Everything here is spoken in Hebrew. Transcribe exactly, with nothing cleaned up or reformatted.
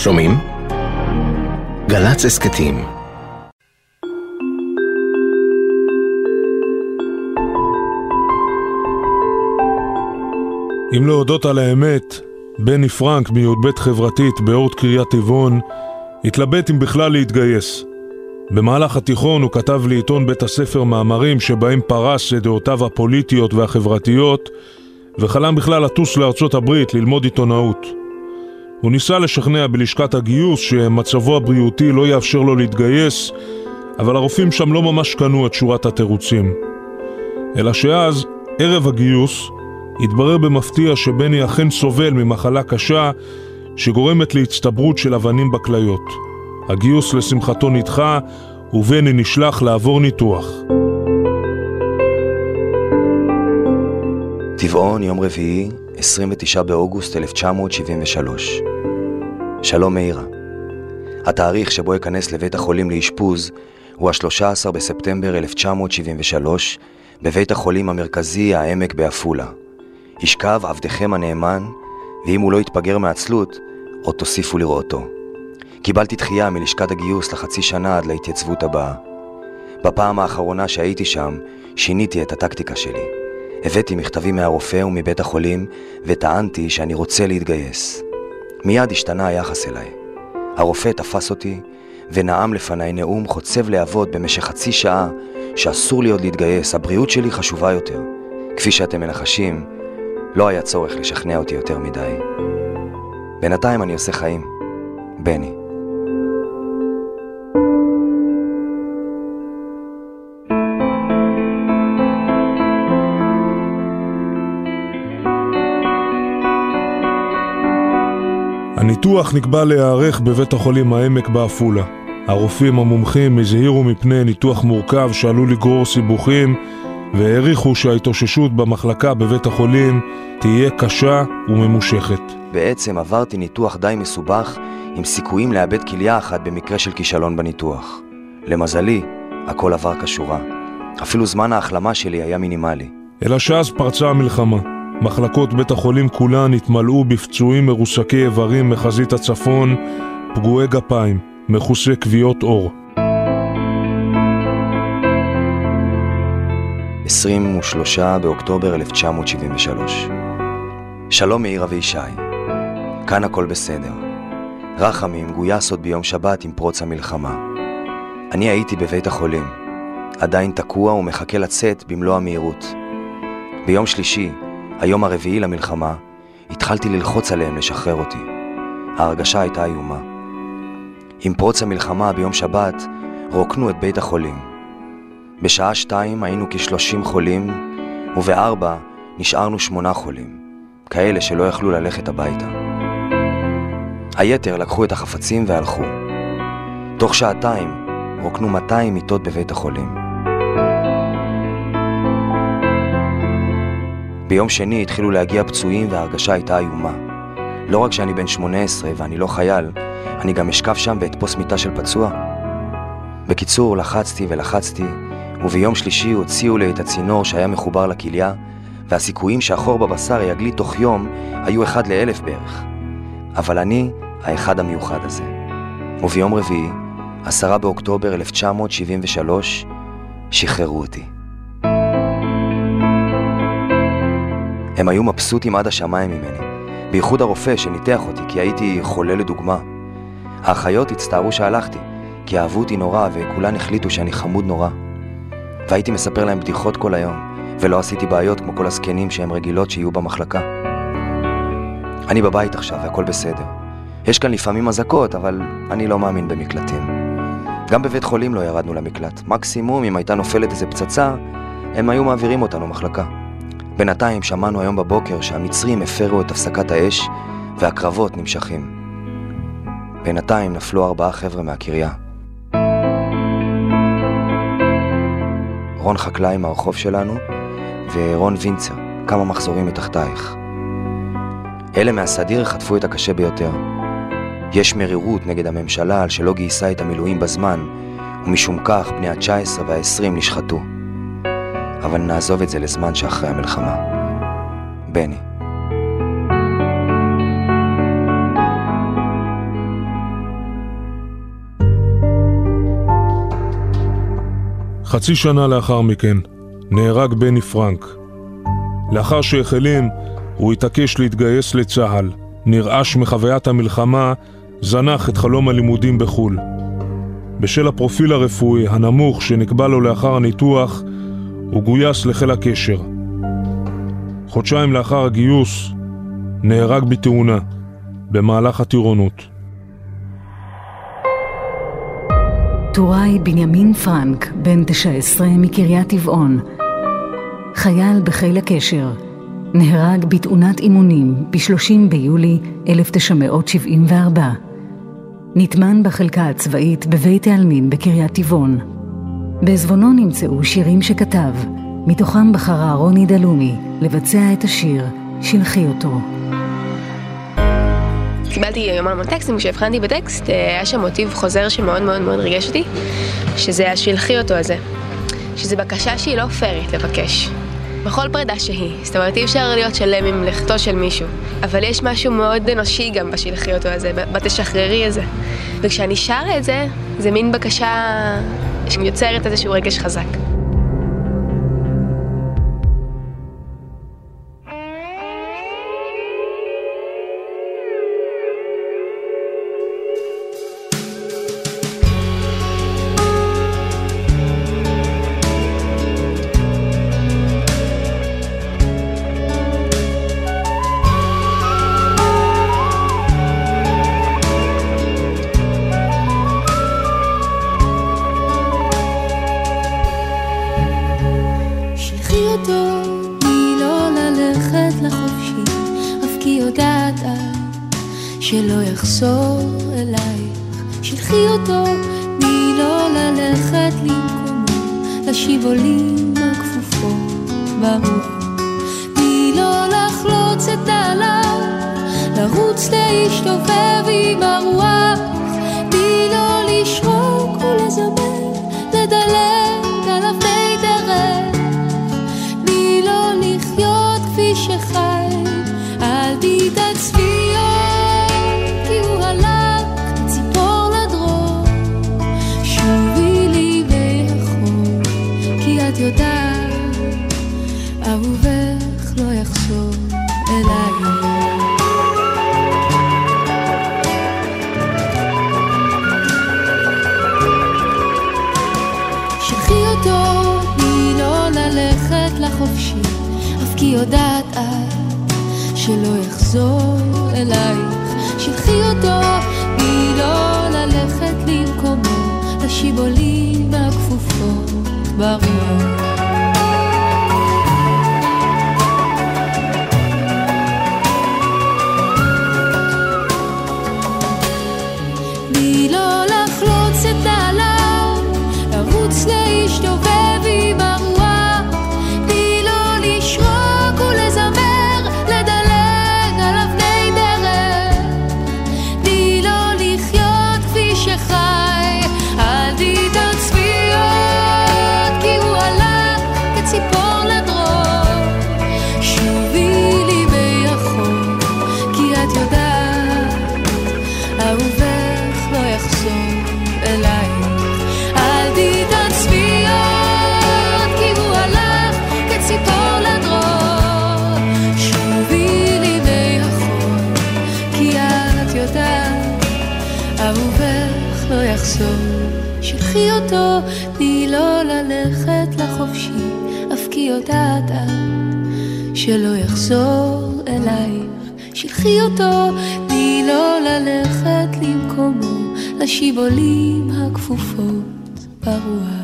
שומעים? גל"צ הסכתים. אם להודות על האמת, בני פרנק מי"ב חברתית באורט קריית טבעון התלבט אם בכלל להתגייס. במהלך התיכון הוא כתב לעיתון בית הספר מאמרים שבהם פרס את דעותיו הפוליטיות והחברתיות, וחלם בכלל לטוס לארצות הברית ללמוד עיתונאות. הוא ניסה לשכנע בלשכת הגיוס שמצבו הבריאותי לא יאפשר לו להתגייס, אבל הרופאים שם לא ממש קנו את שורת התירוצים. אלא שאז, ערב הגיוס, התברר במפתיע שבני אכן סובל ממחלה קשה שגורמת להצטברות של אבנים בכליות. הגיוס לשמחתו נדחה ובני נשלח לעבור ניתוח. טבעון, יום רביעי, עשרים ותשעה באוגוסט אלף תשע מאות שבעים ושלוש. שלום מאירה. התאריך שבו אכנס לבית החולים לאשפוז הוא ה-שלושה עשר בספטמבר אלף תשע מאות שבעים ושלוש בבית החולים המרכזי העמק בעפולה. ישכב עבדכם הנאמן, ואם הוא לא יתפגר מעצלות, עוד תוסיפו לראותו. קיבלתי דחייה מלשכת הגיוס לחצי שנה עד להתייצבות הבאה. בפעם האחרונה שהייתי שם, שיניתי את הטקטיקה שלי. הבאתי מכתבים מהרופא ומבית החולים, וטענתי שאני רוצה להתגייס. מיד השתנה היחס אליי. הרופא תפס אותי, ונאם לפניי נאום חוצב להבות במשך חצי שעה, שאסור לי עוד להתגייס, הבריאות שלי חשובה יותר. כפי שאתם מנחשים, לא היה צורך לשכנע אותי יותר מדי. בינתיים אני עושה חיים. בני. הניתוח נקבע להיערך בבית החולים העמק בעפולה. הרופאים המומחים הזהירו מפני ניתוח מורכב שעלול לגרור סיבוכים, והעריכו שההתאוששות במחלקה בבית החולים תהיה קשה וממושכת. בעצם עברתי ניתוח די מסובך עם סיכויים לאבד כליה אחת במקרה של כישלון בניתוח. למזלי, הכל עבר כשורה. אפילו זמן ההחלמה שלי היה מינימלי. אלא שאז פרצה המלחמה. מחלקות בית החולים כולן התמלאו בפצועים מרוסקי איברים מחזית הצפון, פגועי גפיים, מכוסי כוויות אור. עשרים ושלושה באוקטובר אלף תשע מאות שבעים ושלוש. שלום מאירה וישי. כאן הכל בסדר. רחמים גויס עוד ביום שבת עם פרוץ המלחמה. אני הייתי בבית החולים, עדיין תקוע ומחכה לצאת במלוא המהירות. ביום שלישי, היום הרביעי למלחמה, התחלתי ללחוץ עליהם לשחרר אותי. ההרגשה הייתה איומה. עם פרוץ המלחמה ביום שבת רוקנו את בית החולים. בשעה שתיים היינו כשלושים חולים, ובארבע נשארנו שמונה חולים, כאלה שלא יכלו ללכת הביתה. היתר לקחו את החפצים והלכו. תוך שעתיים רוקנו מאתיים מיטות בבית החולים. ביום שני התחילו להגיע פצועים וההרגשה הייתה איומה. לא רק שאני בן שמונה עשרה ואני לא חייל, אני גם אשכב שם ואתפוס מיטה של פצוע. בקיצור, לחצתי ולחצתי, וביום שלישי הוציאו לי את הצינור שהיה מחובר לכליה, והסיכויים שהחור בבשר יגלי תוך יום היו אחד לאלף בערך. אבל אני האחד המיוחד הזה. וביום רביעי, עשרה באוקטובר אלף תשע מאות שבעים ושלוש, שחררו אותי. הם היו מבסוטים עד השמיים ממני, בייחוד הרופא שניתח אותי כי הייתי חולה לדוגמה. האחיות הצטערו שהלכתי, כי אהבו אותי נורא וכולן החליטו שאני חמוד נורא. והייתי מספר להם בדיחות כל היום, ולא עשיתי בעיות כמו כל הסקנים שהם רגילות שיהיו במחלקה. אני בבית עכשיו והכל בסדר. יש כאן לפעמים מזקות, אבל אני לא מאמין במקלטים. גם בבית חולים לא ירדנו למקלט. מקסימום אם הייתה נופלת איזה פצצה, הם היו מעבירים אותנו מחלקה. בינתיים שמענו היום בבוקר שהמצרים הפרו את הפסקת האש והקרבות נמשכים. בינתיים נפלו ארבעה חבר'ה מהקריה. רון חקלאי מהרחוב שלנו ורון וינצר, כמה מחזורים מתחתייך. אלה מהסדיר חטפו את הקשה ביותר. יש מרירות נגד הממשלה על שלא גייסה את המילואים בזמן, ומשום כך בני ה-תשע עשרה וה-עשרים נשחטו. אבל נעזוב את זה לזמן שאחרי המלחמה. בני. חצי שנה לאחר מכן נהרג בני פרנק. לאחר שהחלים, הוא התעקש להתגייס לצה"ל. נרעש מחוויית המלחמה, זנח את חלום הלימודים בחול. בשל הפרופיל הרפואי הנמוך שנקבע לו לאחר הניתוח, הוא גויס לחיל הקשר. חודשיים לאחר הגיוס, נהרג בתאונה, במהלך הטירונות. טוראי בנימין פרנק, בן תשע עשרה מקריית טבעון, חייל בחיל הקשר, נהרג בתאונת אימונים ב-שלושים ביולי אלף תשע מאות שבעים וארבע. נטמן בחלקה הצבאית בבית העלמין בקריית טבעון. בעזבונו נמצאו שירים שכתב, מתוכם בחרה רוני דלומי לבצע את השיר שלחי אותו. קיבלתי המון המון טקסטים, כשהבחנתי בטקסט היה שם מוטיב חוזר שמאוד מאוד מאוד ריגש אותי, שזה השלחי אותו הזה, שזה בקשה שהיא לא פיירית לבקש בכל פרידה שהיא. זאת אומרת, אי אפשר להיות שלם עם לכתו של מישהו, אבל יש משהו מאוד אנושי גם בשלחי אותו הזה, בתשחררי הזה, וכשאני שרה את זה, זה מין בקשה שיוצרת איזשהו רגש חזק. שלא יחזור אלייך, שלחי אותו מלא ללכת למקומו, לשיב עולים הכפופות ברוח, מלא לחלוץ את עליו, לרוץ להשתובב עם הרוח, מלא לשרוק ולזמר, לדלג על אבני דרך, מלא לחיות כפי שחי, אל תתעצבי את יודעת, אהובך לא יחזור אליי. שלחי אותו מלא ללכת לחופשי, אף כי יודעת את שלא יחזור אלייך. שלחי אותו מלא ללכת למקומו, לשיבולים הכפופות ברוח. מלא לחלוץ את עליו, לרוץ להשתובב עם הרוח, מלא לשרוק ולזמר, לדלג על אבני דרך, מלא לחיות כפי שחי, אל תתעצבי ציפור לדרום, שובי לי ביחון, כי את יודעת, אהובך לא יחזור אלייך. אל תתעצבי עוד, כי הוא הלך כציפור לדרום, שובי לי ביחון, כי את יודעת, אהובך לא יחזור. שלחי אותו, תני לו ללכת לחופשי, כי יודעת שלא יחזור אלייך. שלחי אותו, תני לו ללכת למקומו, לשיבולים הכפופות ברוח.